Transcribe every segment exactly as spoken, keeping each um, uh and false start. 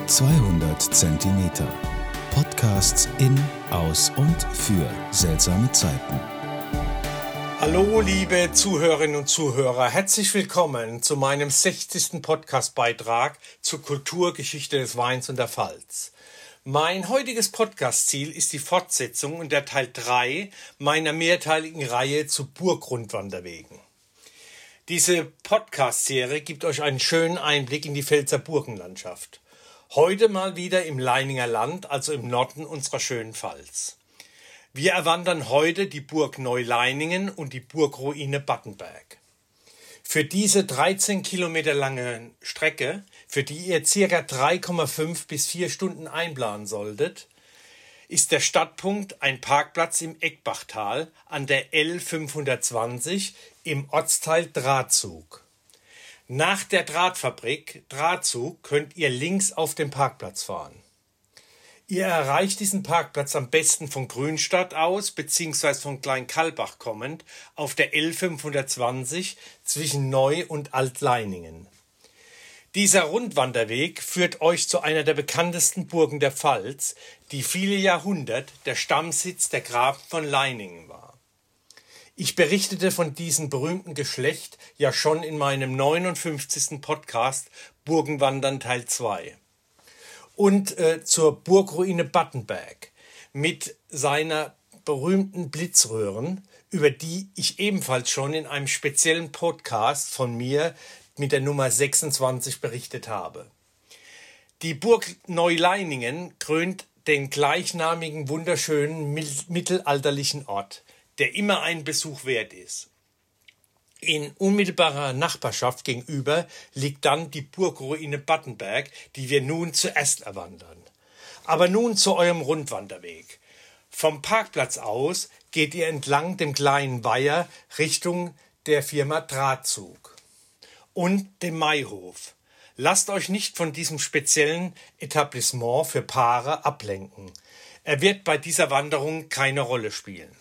zweihundert Zentimeter. Podcasts in, aus und für seltsame Zeiten. Hallo liebe Zuhörerinnen und Zuhörer, herzlich willkommen zu meinem sechzigsten Podcastbeitrag zur Kulturgeschichte des Weins und der Pfalz. Mein heutiges Podcastziel ist die Fortsetzung und der Teil drei meiner mehrteiligen Reihe zu Burgrundwanderwegen. Diese Podcast-Serie gibt euch einen schönen Einblick in die Pfälzer Burgenlandschaft. Heute mal wieder im Leininger Land, also im Norden unserer schönen Pfalz. Wir erwandern heute die Burg Neuleiningen und die Burgruine Battenberg. Für diese dreizehn Kilometer lange Strecke, für die ihr ca. drei Komma fünf bis vier Stunden einplanen solltet, ist der Startpunkt ein Parkplatz im Eckbachtal an der L fünfhundertzwanzig im Ortsteil Drahtzug. Nach der Drahtfabrik Drahtzug könnt ihr links auf den Parkplatz fahren. Ihr erreicht diesen Parkplatz am besten von Grünstadt aus bzw. von Kleinkalbach kommend auf der L fünfhundertzwanzig zwischen Neu- und Altleiningen. Dieser Rundwanderweg führt euch zu einer der bekanntesten Burgen der Pfalz, die viele Jahrhunderte der Stammsitz der Grafen von Leiningen war. Ich berichtete von diesem berühmten Geschlecht ja schon in meinem neunundfünfzigsten Podcast Burgenwandern Teil zwei. Und äh, zur Burgruine Battenberg mit seiner berühmten Blitzröhren, über die ich ebenfalls schon in einem speziellen Podcast von mir mit der Nummer sechsundzwanzig berichtet habe. Die Burg Neuleiningen krönt den gleichnamigen wunderschönen mittelalterlichen Ort, der immer einen Besuch wert ist. In unmittelbarer Nachbarschaft gegenüber liegt dann die Burgruine Battenberg, die wir nun zuerst erwandern. Aber nun zu eurem Rundwanderweg. Vom Parkplatz aus geht ihr entlang dem kleinen Weiher Richtung der Firma Drahtzug und dem Maihof. Lasst euch nicht von diesem speziellen Etablissement für Paare ablenken. Er wird bei dieser Wanderung keine Rolle spielen.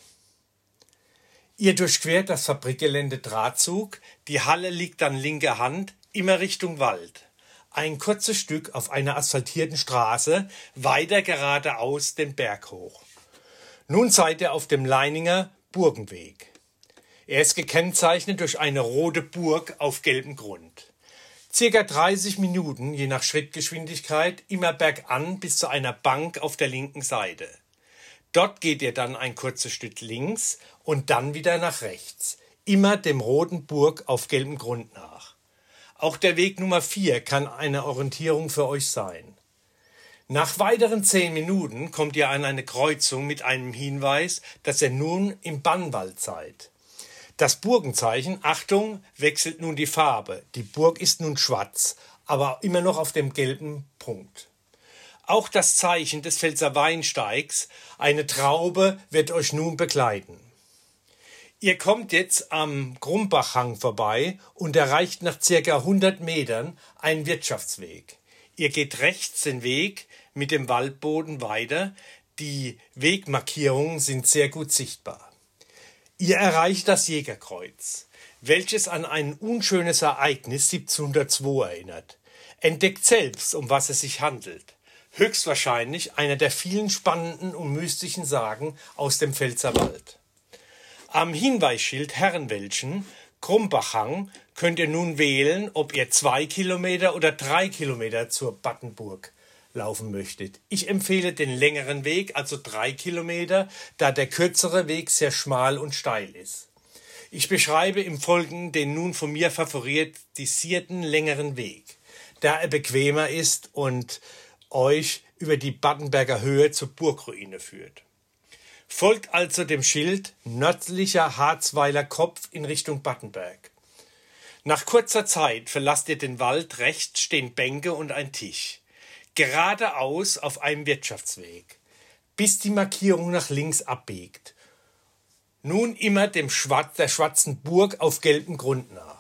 Ihr durchquert das Fabrikgelände Drahtzug, die Halle liegt an linker Hand, immer Richtung Wald. Ein kurzes Stück auf einer asphaltierten Straße, weiter geradeaus den Berg hoch. Nun seid ihr auf dem Leininger Burgenweg. Er ist gekennzeichnet durch eine rote Burg auf gelbem Grund. Circa dreißig Minuten, je nach Schrittgeschwindigkeit, immer bergan bis zu einer Bank auf der linken Seite. Dort geht ihr dann ein kurzes Stück links und dann wieder nach rechts, immer dem roten Burg auf gelbem Grund nach. Auch der Weg Nummer vier kann eine Orientierung für euch sein. Nach weiteren zehn Minuten kommt ihr an eine Kreuzung mit einem Hinweis, dass ihr nun im Bannwald seid. Das Burgenzeichen, Achtung, wechselt nun die Farbe. Die Burg ist nun schwarz, aber immer noch auf dem gelben Punkt. Auch das Zeichen des Pfälzer Weinsteigs, eine Traube, wird euch nun begleiten. Ihr kommt jetzt am Grumbachhang vorbei und erreicht nach circa hundert Metern einen Wirtschaftsweg. Ihr geht rechts den Weg mit dem Waldboden weiter. Die Wegmarkierungen sind sehr gut sichtbar. Ihr erreicht das Jägerkreuz, welches an ein unschönes Ereignis siebzehnhundertzwei erinnert. Entdeckt selbst, um was es sich handelt. Höchstwahrscheinlich einer der vielen spannenden und mystischen Sagen aus dem Pfälzerwald. Am Hinweisschild Herrenwäldchen, Grumbachhang, könnt ihr nun wählen, ob ihr zwei Kilometer oder drei Kilometer zur Battenburg laufen möchtet. Ich empfehle den längeren Weg, also drei Kilometer, da der kürzere Weg sehr schmal und steil ist. Ich beschreibe im Folgenden den nun von mir favorisierten längeren Weg, da er bequemer ist und euch über die Battenberger Höhe zur Burgruine führt. Folgt also dem Schild nördlicher Harzweiler Kopf in Richtung Battenberg. Nach kurzer Zeit verlasst ihr den Wald, rechts stehen Bänke und ein Tisch. Geradeaus auf einem Wirtschaftsweg, bis die Markierung nach links abbiegt. Nun immer dem Schwarz, der schwarzen Burg auf gelbem Grund nach.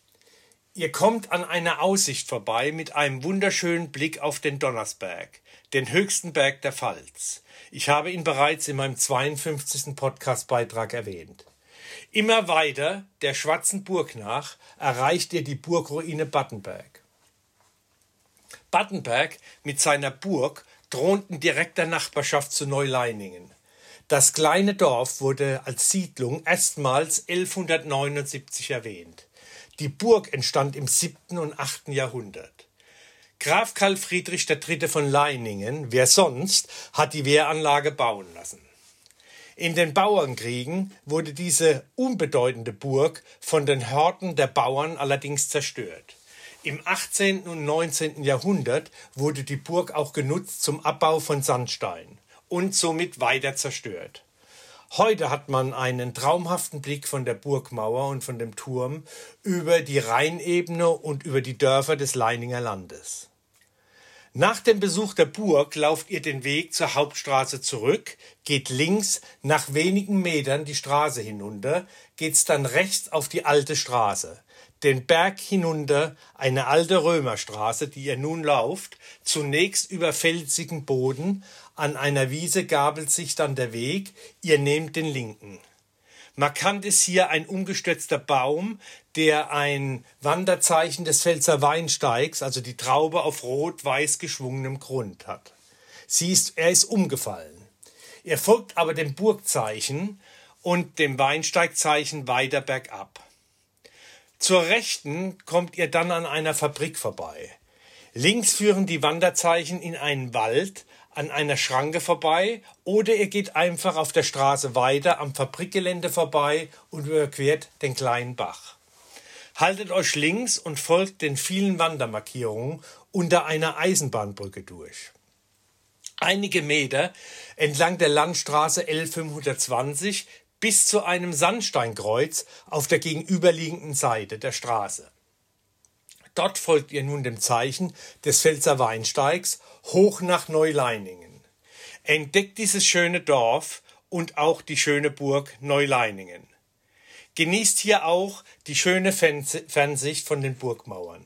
Ihr kommt an einer Aussicht vorbei mit einem wunderschönen Blick auf den Donnersberg, den höchsten Berg der Pfalz. Ich habe ihn bereits in meinem zweiundfünfzigsten Podcastbeitrag erwähnt. Immer weiter der schwarzen Burg nach erreicht ihr die Burgruine Battenberg. Battenberg mit seiner Burg thronten direkter Nachbarschaft zu Neuleiningen. Das kleine Dorf wurde als Siedlung erstmals elfhundertneunundsiebzig erwähnt. Die Burg entstand im siebten und achten Jahrhundert. Graf Karl Friedrich der Dritte von Leiningen, wer sonst, hat die Wehranlage bauen lassen. In den Bauernkriegen wurde diese unbedeutende Burg von den Horden der Bauern allerdings zerstört. Im achtzehnten und neunzehnten Jahrhundert wurde die Burg auch genutzt zum Abbau von Sandstein und somit weiter zerstört. Heute hat man einen traumhaften Blick von der Burgmauer und von dem Turm über die Rheinebene und über die Dörfer des Leininger Landes. Nach dem Besuch der Burg lauft ihr den Weg zur Hauptstraße zurück, geht links nach wenigen Metern die Straße hinunter, geht's dann rechts auf die alte Straße, den Berg hinunter, eine alte Römerstraße, die ihr nun lauft, zunächst über felsigen Boden, an einer Wiese gabelt sich dann der Weg, ihr nehmt den linken. Markant ist hier ein umgestürzter Baum, der ein Wanderzeichen des Pfälzer Weinsteigs, also die Traube auf rot-weiß geschwungenem Grund hat. Sie ist, er ist umgefallen. Er folgt aber dem Burgzeichen und dem Weinsteigzeichen weiter bergab. Zur Rechten kommt ihr dann an einer Fabrik vorbei. Links führen die Wanderzeichen in einen Wald, an einer Schranke vorbei, oder ihr geht einfach auf der Straße weiter am Fabrikgelände vorbei und überquert den kleinen Bach. Haltet euch links und folgt den vielen Wandermarkierungen unter einer Eisenbahnbrücke durch. Einige Meter entlang der Landstraße L fünfhundertzwanzig bis zu einem Sandsteinkreuz auf der gegenüberliegenden Seite der Straße. Dort folgt ihr nun dem Zeichen des Pfälzer Weinsteigs hoch nach Neuleiningen. Entdeckt dieses schöne Dorf und auch die schöne Burg Neuleiningen. Genießt hier auch die schöne Fernsicht von den Burgmauern.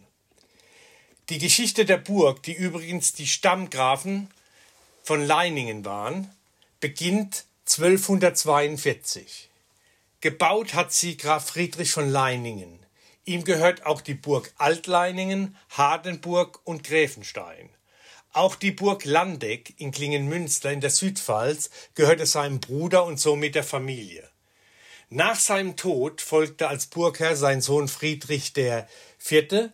Die Geschichte der Burg, die übrigens die Stammgrafen von Leiningen waren, beginnt zwölfhundertzweiundvierzig. Gebaut hat sie Graf Friedrich von Leiningen. Ihm gehört auch die Burg Altleiningen, Hardenburg und Gräfenstein. Auch die Burg Landeck in Klingenmünster in der Südpfalz gehörte seinem Bruder und somit der Familie. Nach seinem Tod folgte als Burgherr sein Sohn Friedrich der Vierte.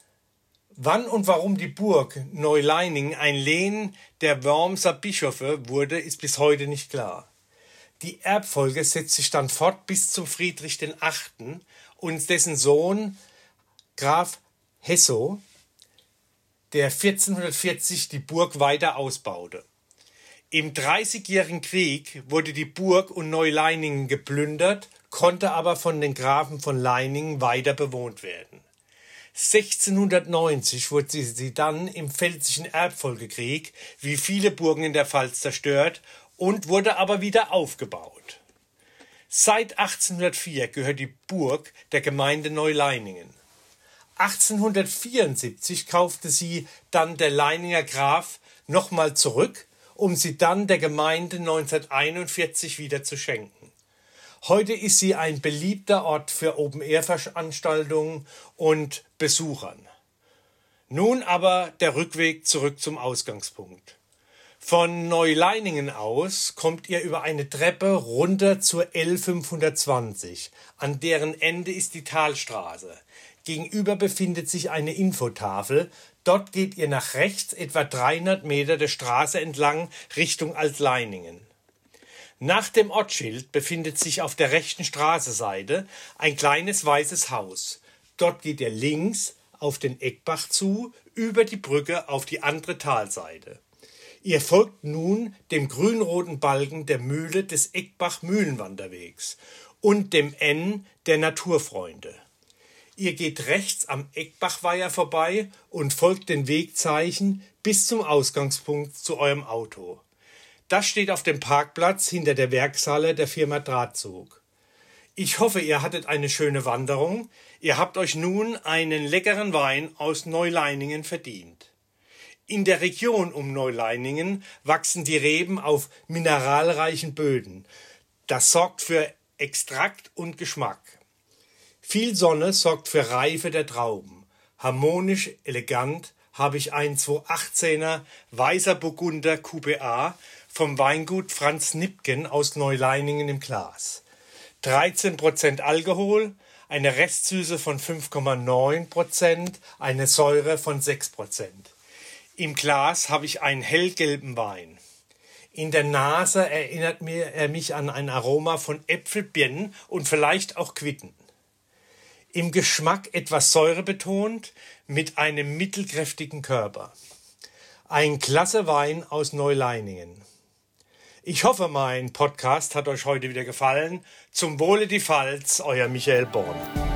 Wann und warum die Burg Neuleiningen ein Lehen der Wormser Bischöfe wurde, ist bis heute nicht klar. Die Erbfolge setzt sich dann fort bis zum Friedrich den Achten und dessen Sohn Graf Hessow, der vierzehnhundertvierzig die Burg weiter ausbaute. Im Dreißigjährigen Krieg wurde die Burg und Neuleiningen geplündert, konnte aber von den Grafen von Leiningen weiter bewohnt werden. sechzehnhundertneunzig wurde sie, sie dann im Pfälzischen Erbfolgekrieg wie viele Burgen in der Pfalz zerstört und wurde aber wieder aufgebaut. Seit achtzehnhundertvier gehört die Burg der Gemeinde Neuleiningen. achtzehnhundertvierundsiebzig kaufte sie dann der Leininger Graf nochmal zurück, um sie dann der Gemeinde neunzehnhunderteinundvierzig wieder zu schenken. Heute ist sie ein beliebter Ort für Open-Air-Veranstaltungen und Besuchern. Nun aber der Rückweg zurück zum Ausgangspunkt. Von Neuleiningen aus kommt ihr über eine Treppe runter zur L fünfhundertzwanzig, an deren Ende ist die Talstraße. Gegenüber befindet sich eine Infotafel, dort geht ihr nach rechts etwa dreihundert Meter der Straße entlang Richtung Altleiningen. Nach dem Ortsschild befindet sich auf der rechten Straßenseite ein kleines weißes Haus. Dort geht ihr links auf den Eckbach zu, über die Brücke auf die andere Talseite. Ihr folgt nun dem grün-roten Balken der Mühle des Eckbach-Mühlenwanderwegs und dem N der Naturfreunde. Ihr geht rechts am Eckbachweiher vorbei und folgt den Wegzeichen bis zum Ausgangspunkt zu eurem Auto. Das steht auf dem Parkplatz hinter der Werkshalle der Firma Drahtzug. Ich hoffe, ihr hattet eine schöne Wanderung. Ihr habt euch nun einen leckeren Wein aus Neuleiningen verdient. In der Region um Neuleiningen wachsen die Reben auf mineralreichen Böden. Das sorgt für Extrakt und Geschmack. Viel Sonne sorgt für Reife der Trauben. Harmonisch, elegant habe ich einen zweitausendachtzehner Weißer Burgunder Q B A vom Weingut Franz Nipken aus Neuleiningen im Glas. dreizehn Prozent Alkohol, eine Restsüße von fünf Komma neun Prozent, eine Säure von sechs Prozent. Im Glas habe ich einen hellgelben Wein. In der Nase erinnert mir er mich an ein Aroma von Äpfel, Birnen und vielleicht auch Quitten. Im Geschmack etwas säurebetont mit einem mittelkräftigen Körper. Ein klasse Wein aus Neuleiningen. Ich hoffe, mein Podcast hat euch heute wieder gefallen. Zum Wohle die Pfalz, euer Michael Born.